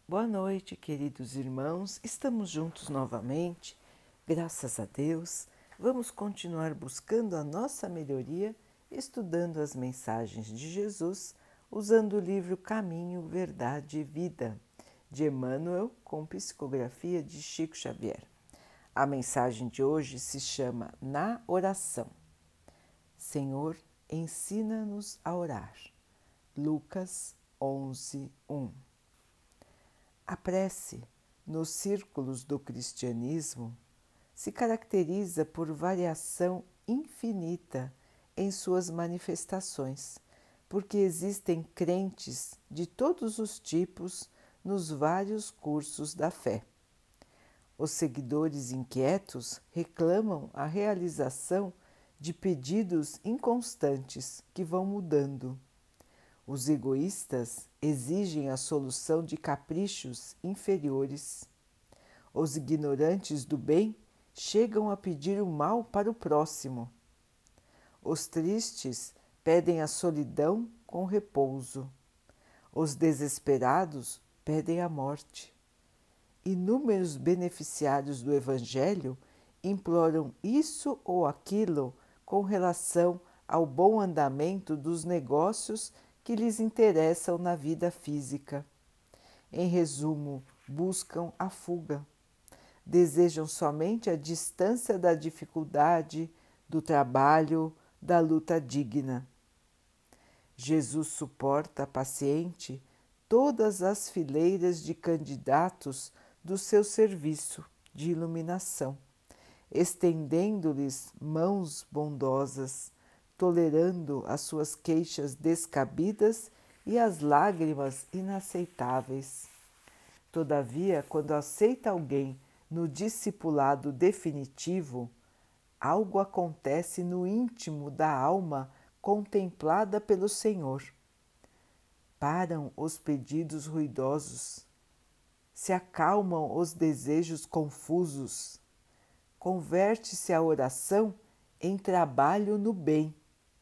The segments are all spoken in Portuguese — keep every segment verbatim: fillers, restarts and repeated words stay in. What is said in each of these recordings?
Boa noite, queridos irmãos. Estamos juntos novamente, graças a Deus. Vamos continuar buscando a nossa melhoria, estudando as mensagens de Jesus, usando o livro Caminho, Verdade e Vida, de Emmanuel, com psicografia de Chico Xavier. A mensagem de hoje se chama Na Oração. Senhor, ensina-nos a orar. Lucas onze, um. A prece, nos círculos do cristianismo, se caracteriza por variação infinita em suas manifestações, porque existem crentes de todos os tipos nos vários cursos da fé. Os seguidores inquietos reclamam a realização de pedidos inconstantes que vão mudando. Os egoístas exigem a solução de caprichos inferiores. Os ignorantes do bem chegam a pedir o mal para o próximo. Os tristes pedem a solidão com repouso. Os desesperados pedem a morte. Inúmeros beneficiários do Evangelho imploram isso ou aquilo com relação ao bom andamento dos negócios que lhes interessam na vida física. Em resumo, buscam a fuga. Desejam somente a distância da dificuldade, do trabalho, da luta digna. Jesus suporta paciente todas as fileiras de candidatos do seu serviço de iluminação, estendendo-lhes mãos bondosas, tolerando as suas queixas descabidas e as lágrimas inaceitáveis. Todavia, quando aceita alguém no discipulado definitivo, algo acontece no íntimo da alma contemplada pelo Senhor. Param os pedidos ruidosos, se acalmam os desejos confusos, converte-se a oração em trabalho no bem.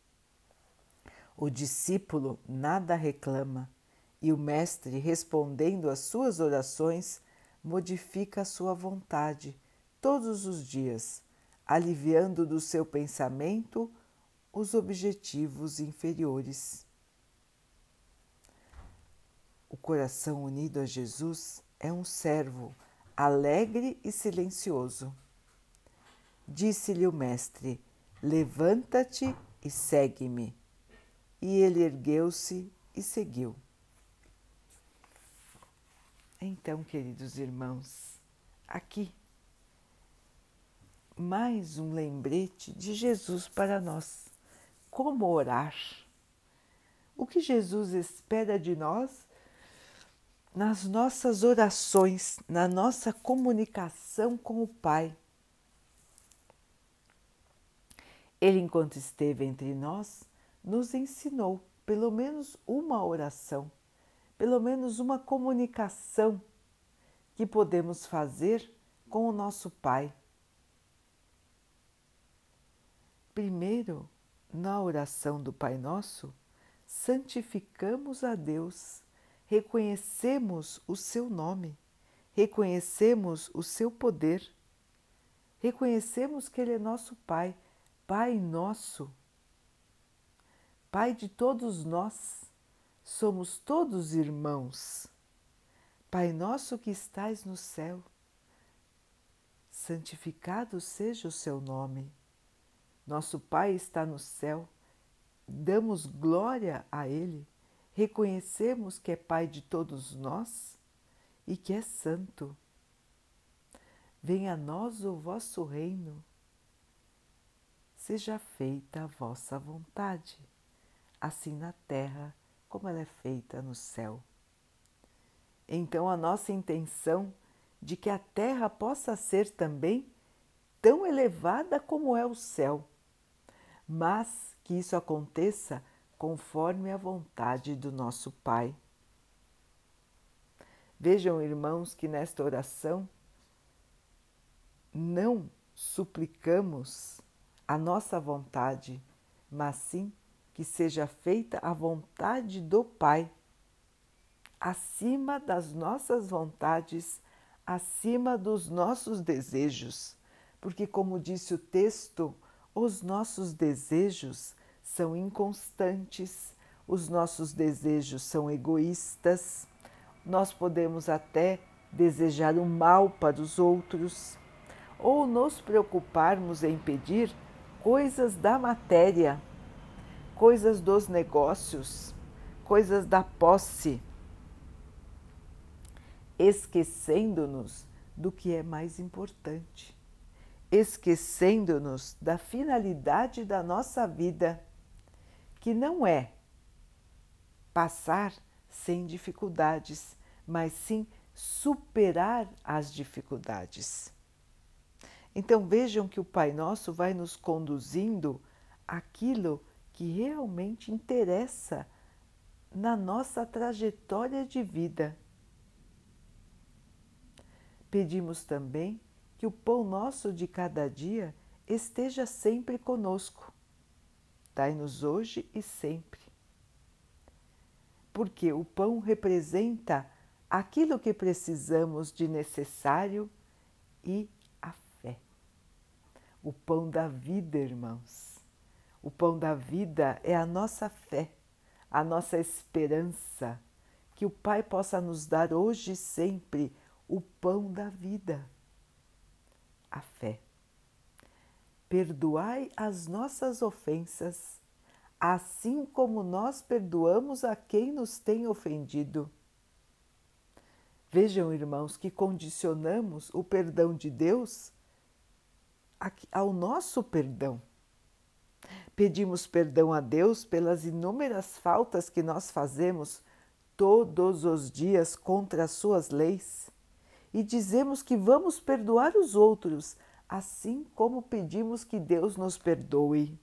O discípulo nada reclama e o mestre, respondendo às suas orações, modifica a sua vontade todos os dias, aliviando do seu pensamento os objetivos inferiores. O coração unido a Jesus é um servo alegre e silencioso. Disse-lhe o mestre: levanta-te e segue-me. E ele ergueu-se e seguiu. Então, queridos irmãos, aqui mais um lembrete de Jesus para nós. Como orar? O que Jesus espera de nós nas nossas orações, na nossa comunicação com o Pai. Ele, enquanto esteve entre nós, nos ensinou pelo menos uma oração, pelo menos uma comunicação que podemos fazer com o nosso Pai. Primeiro, na oração do Pai Nosso, santificamos a Deus, reconhecemos o seu nome, reconhecemos o seu poder, reconhecemos que Ele é nosso Pai, Pai nosso, Pai de todos nós, somos todos irmãos. Pai nosso que estais no céu, santificado seja o seu nome. Nosso Pai está no céu, damos glória a Ele, reconhecemos que é Pai de todos nós e que é santo. Venha a nós o vosso reino, seja feita a vossa vontade, assim na terra como ela é feita no céu. Então a nossa intenção de que a terra possa ser também tão elevada como é o céu, mas que isso aconteça conforme a vontade do nosso Pai. Vejam, irmãos, que nesta oração não suplicamos a nossa vontade, mas sim que seja feita a vontade do Pai. acima das nossas vontades, acima dos nossos desejos, porque, como disse o texto, os nossos desejos são inconstantes, os nossos desejos são egoístas, nós podemos até desejar o mal para os outros ou nos preocuparmos em pedir coisas da matéria, coisas dos negócios, coisas da posse, esquecendo-nos do que é mais importante, esquecendo-nos da finalidade da nossa vida, que não é passar sem dificuldades, mas sim superar as dificuldades. Então vejam que o Pai Nosso vai nos conduzindo àquilo que realmente interessa na nossa trajetória de vida. Pedimos também que o pão nosso de cada dia esteja sempre conosco. Dai-nos hoje e sempre. Porque o pão representa aquilo que precisamos de necessário e a fé. O pão da vida, irmãos. O pão da vida é a nossa fé, a nossa esperança, que o Pai possa nos dar hoje e sempre o pão da vida, a fé. Perdoai as nossas ofensas, assim como nós perdoamos a quem nos tem ofendido. Vejam, irmãos, que condicionamos o perdão de Deus ao nosso perdão. Pedimos perdão a Deus pelas inúmeras faltas que nós fazemos todos os dias contra as suas leis e dizemos que vamos perdoar os outros, assim como pedimos que Deus nos perdoe.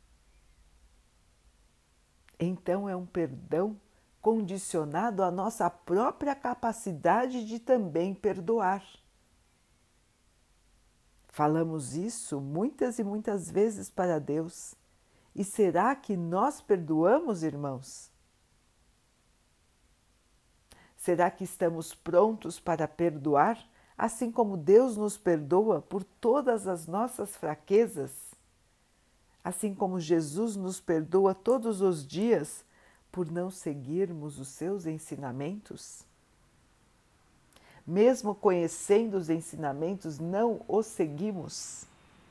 Então é um perdão condicionado à nossa própria capacidade de também perdoar. Falamos isso muitas e muitas vezes para Deus. E será que nós perdoamos, irmãos? Será que estamos prontos para perdoar, assim como Deus nos perdoa por todas as nossas fraquezas? Assim como Jesus nos perdoa todos os dias por não seguirmos os seus ensinamentos? Mesmo conhecendo os ensinamentos, não os seguimos?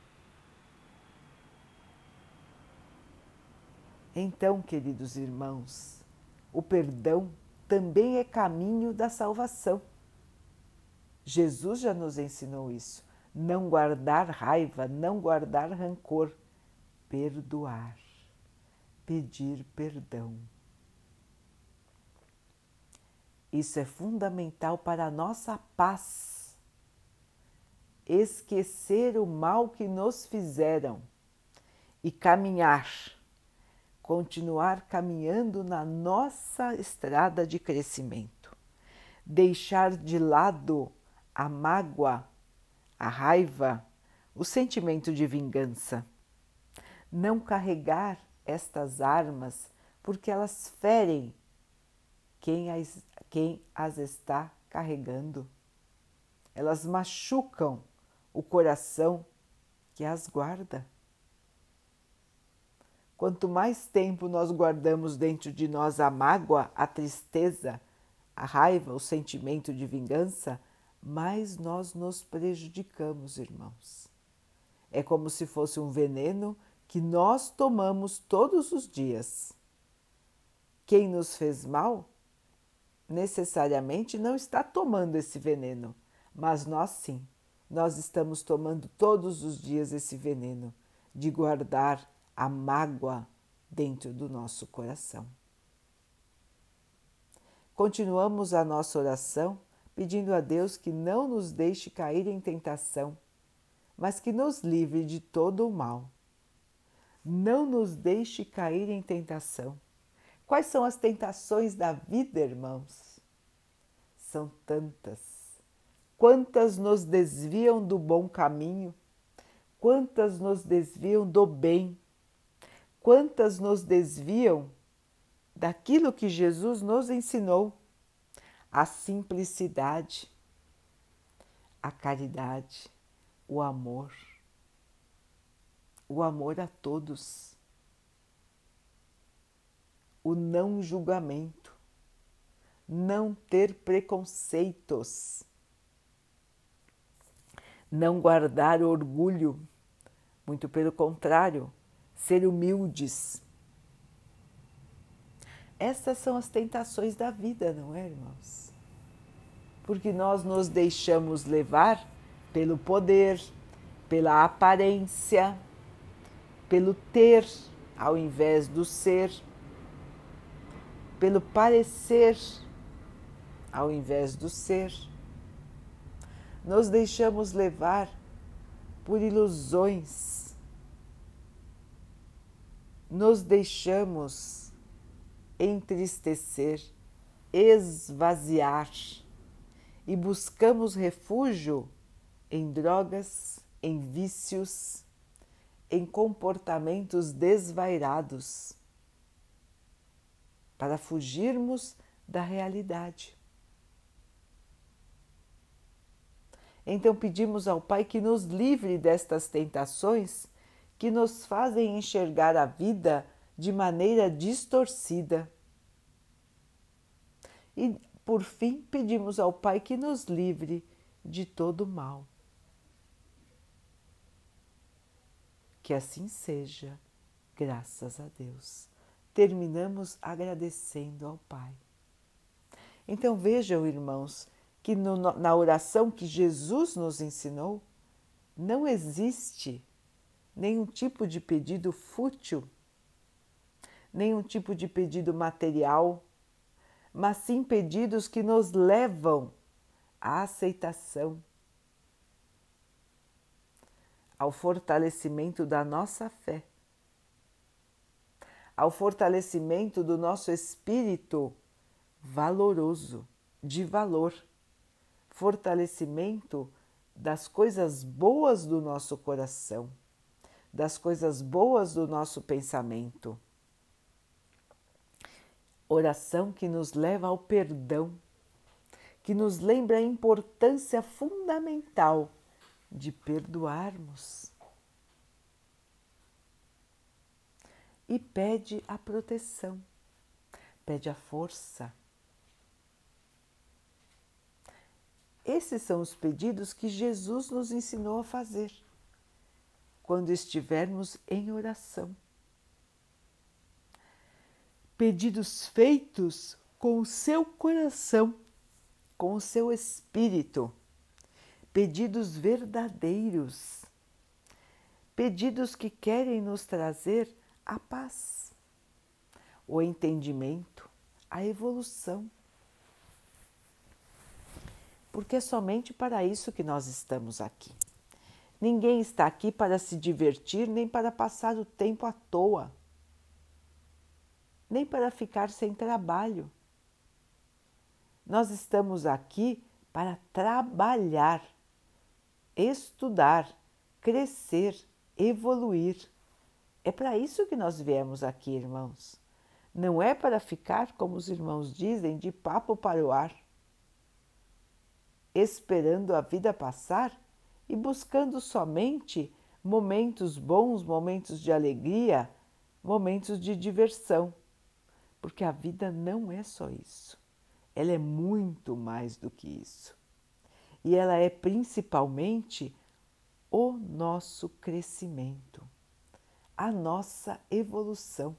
Então, queridos irmãos, o perdão também é caminho da salvação. Jesus já nos ensinou isso. Não guardar raiva, não guardar rancor, perdoar, pedir perdão. Isso é fundamental para a nossa paz. Esquecer o mal que nos fizeram e caminhar, continuar caminhando na nossa estrada de crescimento. Deixar de lado a mágoa, a raiva, o sentimento de vingança. Não carregar estas armas porque elas ferem quem as, quem as está carregando. Elas machucam o coração que as guarda. Quanto mais tempo nós guardamos dentro de nós a mágoa, a tristeza, a raiva, o sentimento de vingança, mais nós nos prejudicamos, irmãos. É como se fosse um veneno que nós tomamos todos os dias. Quem nos fez mal, necessariamente não está tomando esse veneno, mas nós sim, nós estamos tomando todos os dias esse veneno de guardar a mágoa dentro do nosso coração. Continuamos a nossa oração pedindo a Deus que não nos deixe cair em tentação, mas que nos livre de todo o mal. Não nos deixe cair em tentação. Quais são as tentações da vida, irmãos? São tantas. Quantas nos desviam do bom caminho? Quantas nos desviam do bem? Quantas nos desviam daquilo que Jesus nos ensinou? a simplicidade, a caridade, o amor, o amor a todos, o não julgamento, não ter preconceitos, não guardar orgulho, muito pelo contrário, ser humildes. Essas são as tentações da vida, não é, irmãos? Porque nós nos deixamos levar pelo poder, pela aparência, pelo ter ao invés do ser, pelo parecer ao invés do ser. Nos deixamos levar por ilusões, nos deixamos entristecer, esvaziar e buscamos refúgio em drogas, em vícios, em comportamentos desvairados, para fugirmos da realidade. Então pedimos ao Pai que nos livre destas tentações que nos fazem enxergar a vida de maneira distorcida. E, por fim, pedimos ao Pai que nos livre de todo mal. Que assim seja, graças a Deus. Terminamos agradecendo ao Pai. Então vejam, irmãos, que no, na oração que Jesus nos ensinou, não existe nenhum tipo de pedido fútil, nenhum tipo de pedido material, mas sim pedidos que nos levam à aceitação, ao fortalecimento da nossa fé, ao fortalecimento do nosso espírito valoroso, de valor, fortalecimento das coisas boas do nosso coração, das coisas boas do nosso pensamento. Oração que nos leva ao perdão, que nos lembra a importância fundamental de perdoarmos. E pede a proteção, pede a força. Esses são os pedidos que Jesus nos ensinou a fazer quando estivermos em oração. Pedidos feitos com o seu coração, com o seu espírito, pedidos verdadeiros, pedidos que querem nos trazer a paz, o entendimento, a evolução. Porque é somente para isso que nós estamos aqui. Ninguém está aqui para se divertir, nem para passar o tempo à toa, nem para ficar sem trabalho. Nós estamos aqui para trabalhar, estudar, crescer, evoluir. É para isso que nós viemos aqui, irmãos. Não é para ficar, como os irmãos dizem, de papo para o ar, esperando a vida passar e buscando somente momentos bons, momentos de alegria, momentos de diversão. Porque a vida não é só isso. Ela é muito mais do que isso. E ela é principalmente o nosso crescimento, a nossa evolução.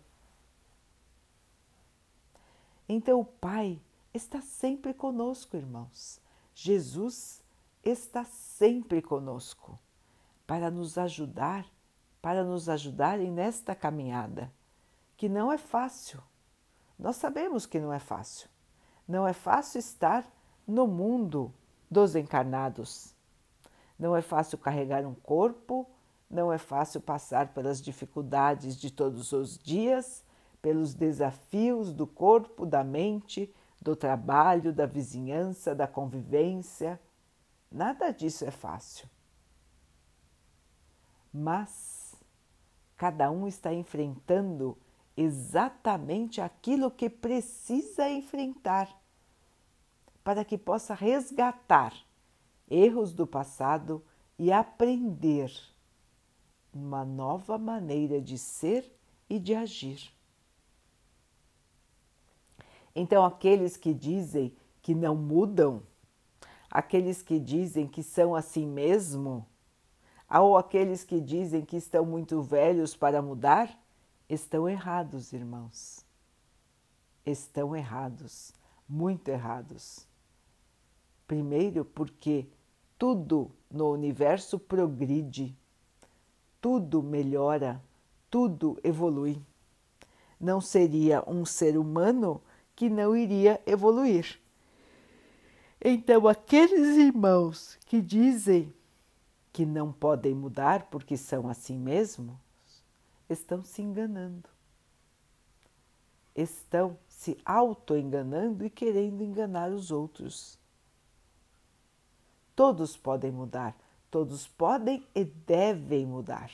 Então o Pai está sempre conosco, irmãos. Jesus está sempre conosco para nos ajudar, para nos ajudarem nesta caminhada, que não é fácil. Nós sabemos que não é fácil. Não é fácil estar no mundo dos encarnados. Não é fácil carregar um corpo, não é fácil passar pelas dificuldades de todos os dias, pelos desafios do corpo, da mente, do trabalho, da vizinhança, da convivência. Nada disso é fácil. Mas cada um está enfrentando exatamente aquilo que precisa enfrentar para que possa resgatar erros do passado e aprender uma nova maneira de ser e de agir. Então, aqueles que dizem que não mudam, aqueles que dizem que são assim mesmo, ou aqueles que dizem que estão muito velhos para mudar, estão errados, irmãos. Estão errados, muito errados. Primeiro, porque tudo no universo progride, tudo melhora, tudo evolui. Não seria um ser humano que não iria evoluir. Então, aqueles irmãos que dizem que não podem mudar porque são assim mesmo, estão se enganando. Estão se auto-enganando e querendo enganar os outros. Todos podem mudar, todos podem e devem mudar.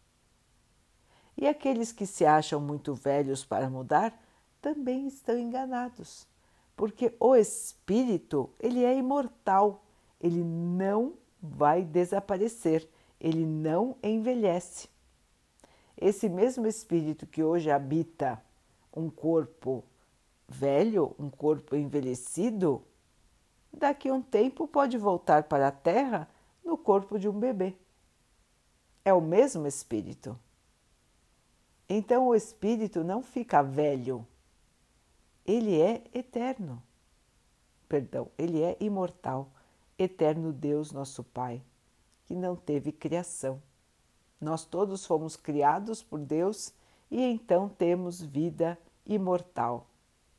E aqueles que se acham muito velhos para mudar também estão enganados, porque o espírito, ele é imortal, ele não vai desaparecer, ele não envelhece. Esse mesmo espírito que hoje habita um corpo velho, um corpo envelhecido, daqui a um tempo pode voltar para a Terra no corpo de um bebê. É o mesmo espírito. Então o espírito não fica velho, ele é eterno. Perdão, ele é imortal, eterno Deus, nosso Pai, que não teve criação. Nós todos fomos criados por Deus e então temos vida imortal.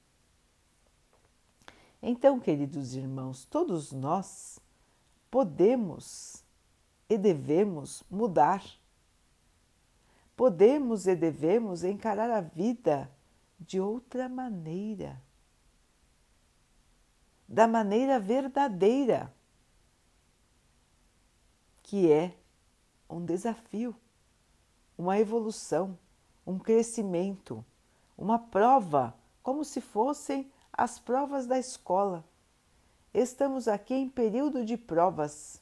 Então, queridos irmãos, todos nós podemos e devemos mudar. Podemos e devemos encarar a vida de outra maneira, da maneira verdadeira, que é um desafio, uma evolução, um crescimento, uma prova, como se fossem as provas da escola. Estamos aqui em período de provas.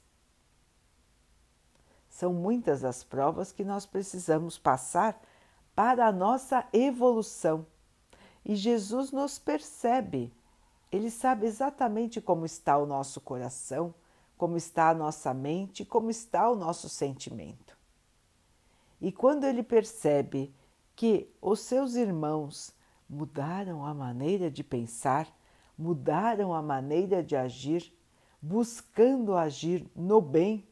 São muitas as provas que nós precisamos passar para a nossa evolução. E Jesus nos percebe, Ele sabe exatamente como está o nosso coração, como está a nossa mente, como está o nosso sentimento. E quando Ele percebe que os seus irmãos mudaram a maneira de pensar, mudaram a maneira de agir, buscando agir no bem,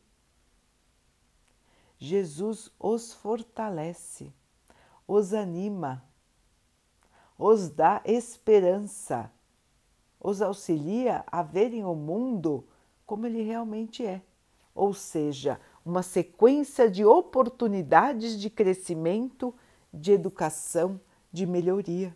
Jesus os fortalece, os anima, os dá esperança, os auxilia a verem o mundo como ele realmente é, ou seja, uma sequência de oportunidades de crescimento, de educação, de melhoria.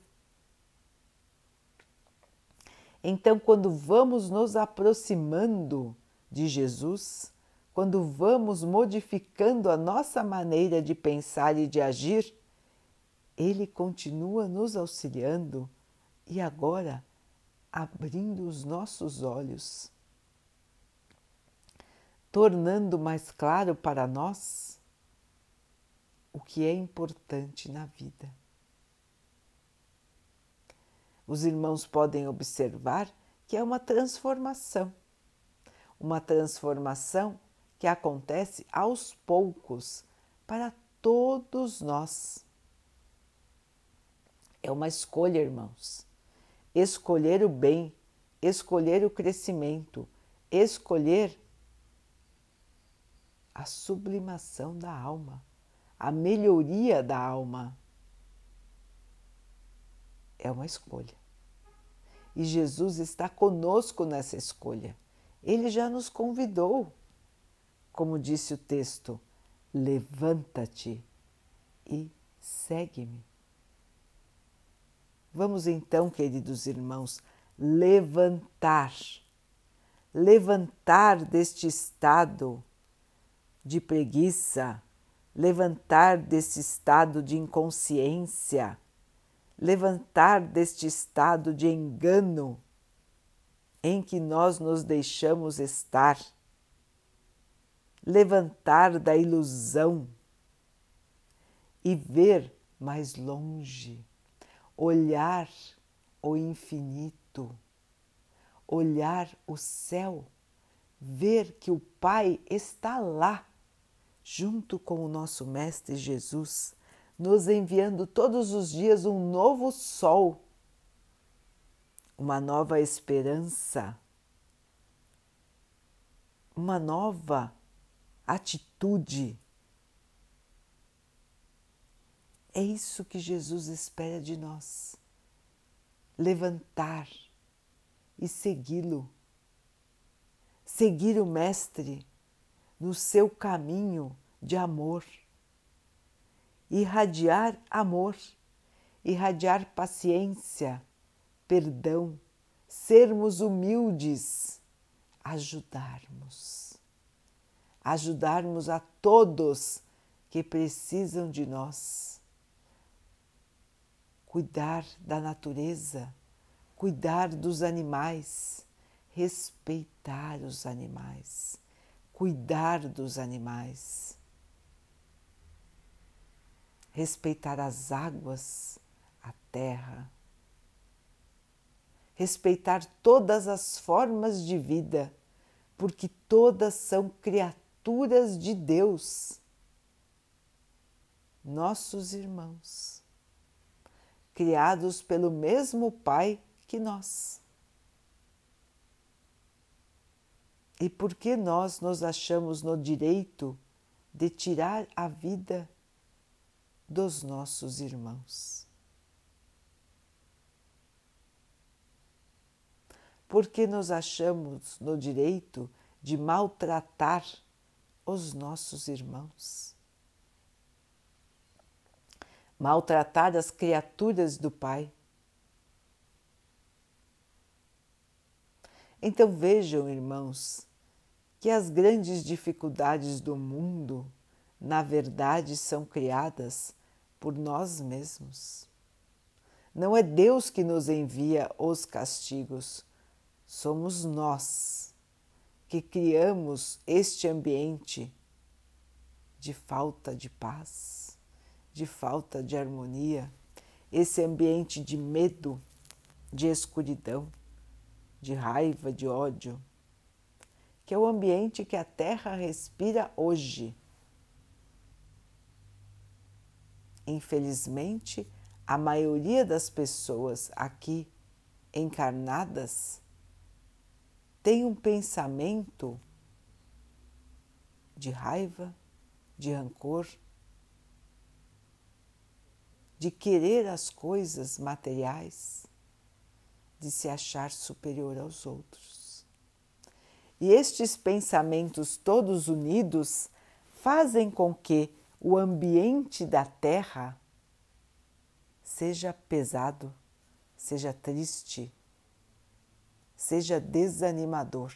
Então, quando vamos nos aproximando de Jesus, quando vamos modificando a nossa maneira de pensar e de agir, Ele continua nos auxiliando e agora abrindo os nossos olhos, tornando mais claro para nós o que é importante na vida. Os irmãos podem observar que é uma transformação, uma transformação que acontece aos poucos para todos nós. É uma escolha, irmãos. Escolher o bem, escolher o crescimento, escolher a sublimação da alma, a melhoria da alma. É uma escolha. E Jesus está conosco nessa escolha. Ele já nos convidou. Como disse o texto, levanta-te e segue-me. Vamos então, queridos irmãos, levantar, levantar deste estado de preguiça, levantar deste estado de inconsciência, levantar deste estado de engano, em que nós nos deixamos estar, levantar da ilusão e ver mais longe, olhar o infinito, olhar o céu, ver que o Pai está lá, junto com o nosso Mestre Jesus, nos enviando todos os dias um novo sol, uma nova esperança, uma nova atitude. É isso que Jesus espera de nós, levantar e segui-lo, seguir o Mestre no seu caminho de amor, irradiar amor, irradiar paciência, perdão, sermos humildes, ajudarmos, ajudarmos a todos que precisam de nós, cuidar da natureza, cuidar dos animais, respeitar os animais, cuidar dos animais, respeitar as águas, a terra, respeitar todas as formas de vida, porque todas são criaturas de Deus, nossos irmãos, criados pelo mesmo Pai que nós. E por que nós nos achamos no direito de tirar a vida dos nossos irmãos? Por que nos achamos no direito de maltratar os nossos irmãos? Maltratar as criaturas do Pai? Então vejam, irmãos, que as grandes dificuldades do mundo, na verdade, são criadas por nós mesmos. Não é Deus que nos envia os castigos, somos nós que criamos este ambiente de falta de paz, de falta de harmonia, esse ambiente de medo, de escuridão, de raiva, de ódio, que é o ambiente que a Terra respira hoje. Infelizmente, a maioria das pessoas aqui encarnadas tem um pensamento de raiva, de rancor, de querer as coisas materiais, de se achar superior aos outros. E estes pensamentos todos unidos fazem com que o ambiente da Terra seja pesado, seja triste, seja desanimador.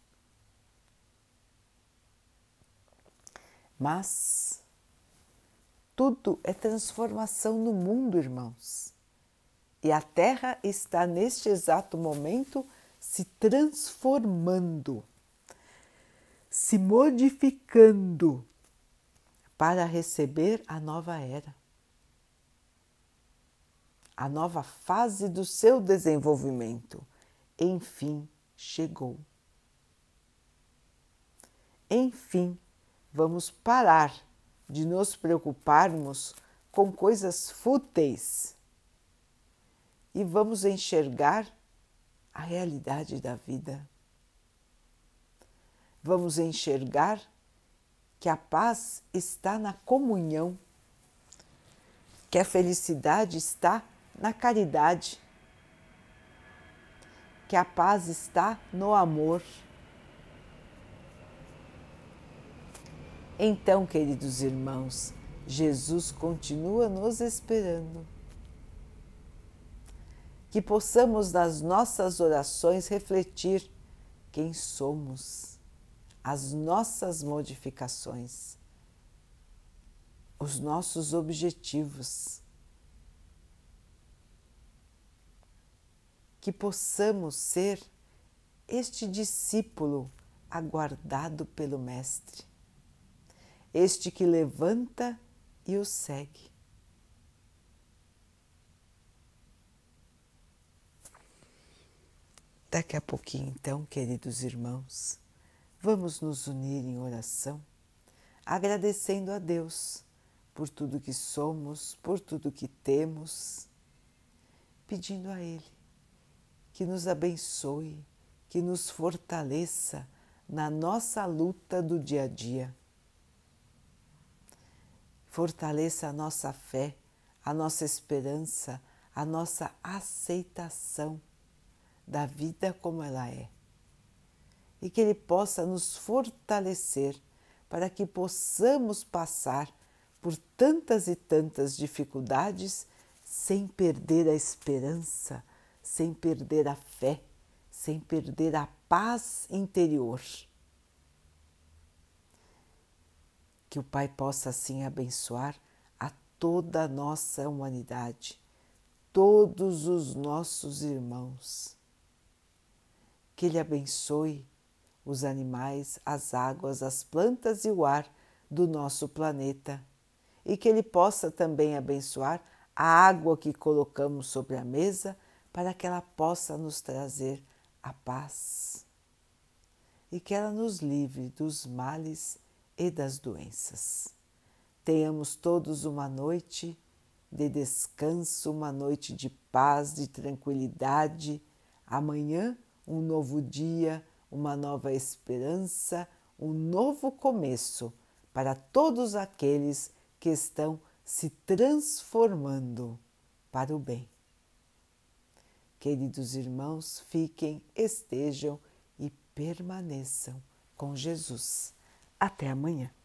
Mas tudo é transformação no mundo, irmãos. E a Terra está neste exato momento se transformando, se modificando para receber a nova era, a nova fase do seu desenvolvimento. Enfim, chegou. Enfim, vamos parar de nos preocuparmos com coisas fúteis e vamos enxergar a realidade da vida. Vamos enxergar que a paz está na comunhão, que a felicidade está na caridade, que a paz está no amor. Então, queridos irmãos, Jesus continua nos esperando. Que possamos nas nossas orações refletir quem somos, as nossas modificações, os nossos objetivos. Que possamos ser este discípulo aguardado pelo Mestre, este que levanta e o segue. Daqui a pouquinho, então, queridos irmãos, vamos nos unir em oração, agradecendo a Deus por tudo que somos, por tudo que temos, pedindo a Ele que nos abençoe, que nos fortaleça na nossa luta do dia a dia. Fortaleça a nossa fé, a nossa esperança, a nossa aceitação da vida como ela é. E que Ele possa nos fortalecer para que possamos passar por tantas e tantas dificuldades sem perder a esperança, sem perder a fé, sem perder a paz interior. Que o Pai possa assim abençoar a toda a nossa humanidade, todos os nossos irmãos. Que Ele abençoe os animais, as águas, as plantas e o ar do nosso planeta e que Ele possa também abençoar a água que colocamos sobre a mesa para que ela possa nos trazer a paz e que ela nos livre dos males e das doenças. Tenhamos todos uma noite de descanso, uma noite de paz, de tranquilidade. Amanhã, um novo dia, uma nova esperança, um novo começo para todos aqueles que estão se transformando para o bem. Queridos irmãos, fiquem, estejam e permaneçam com Jesus. Até amanhã.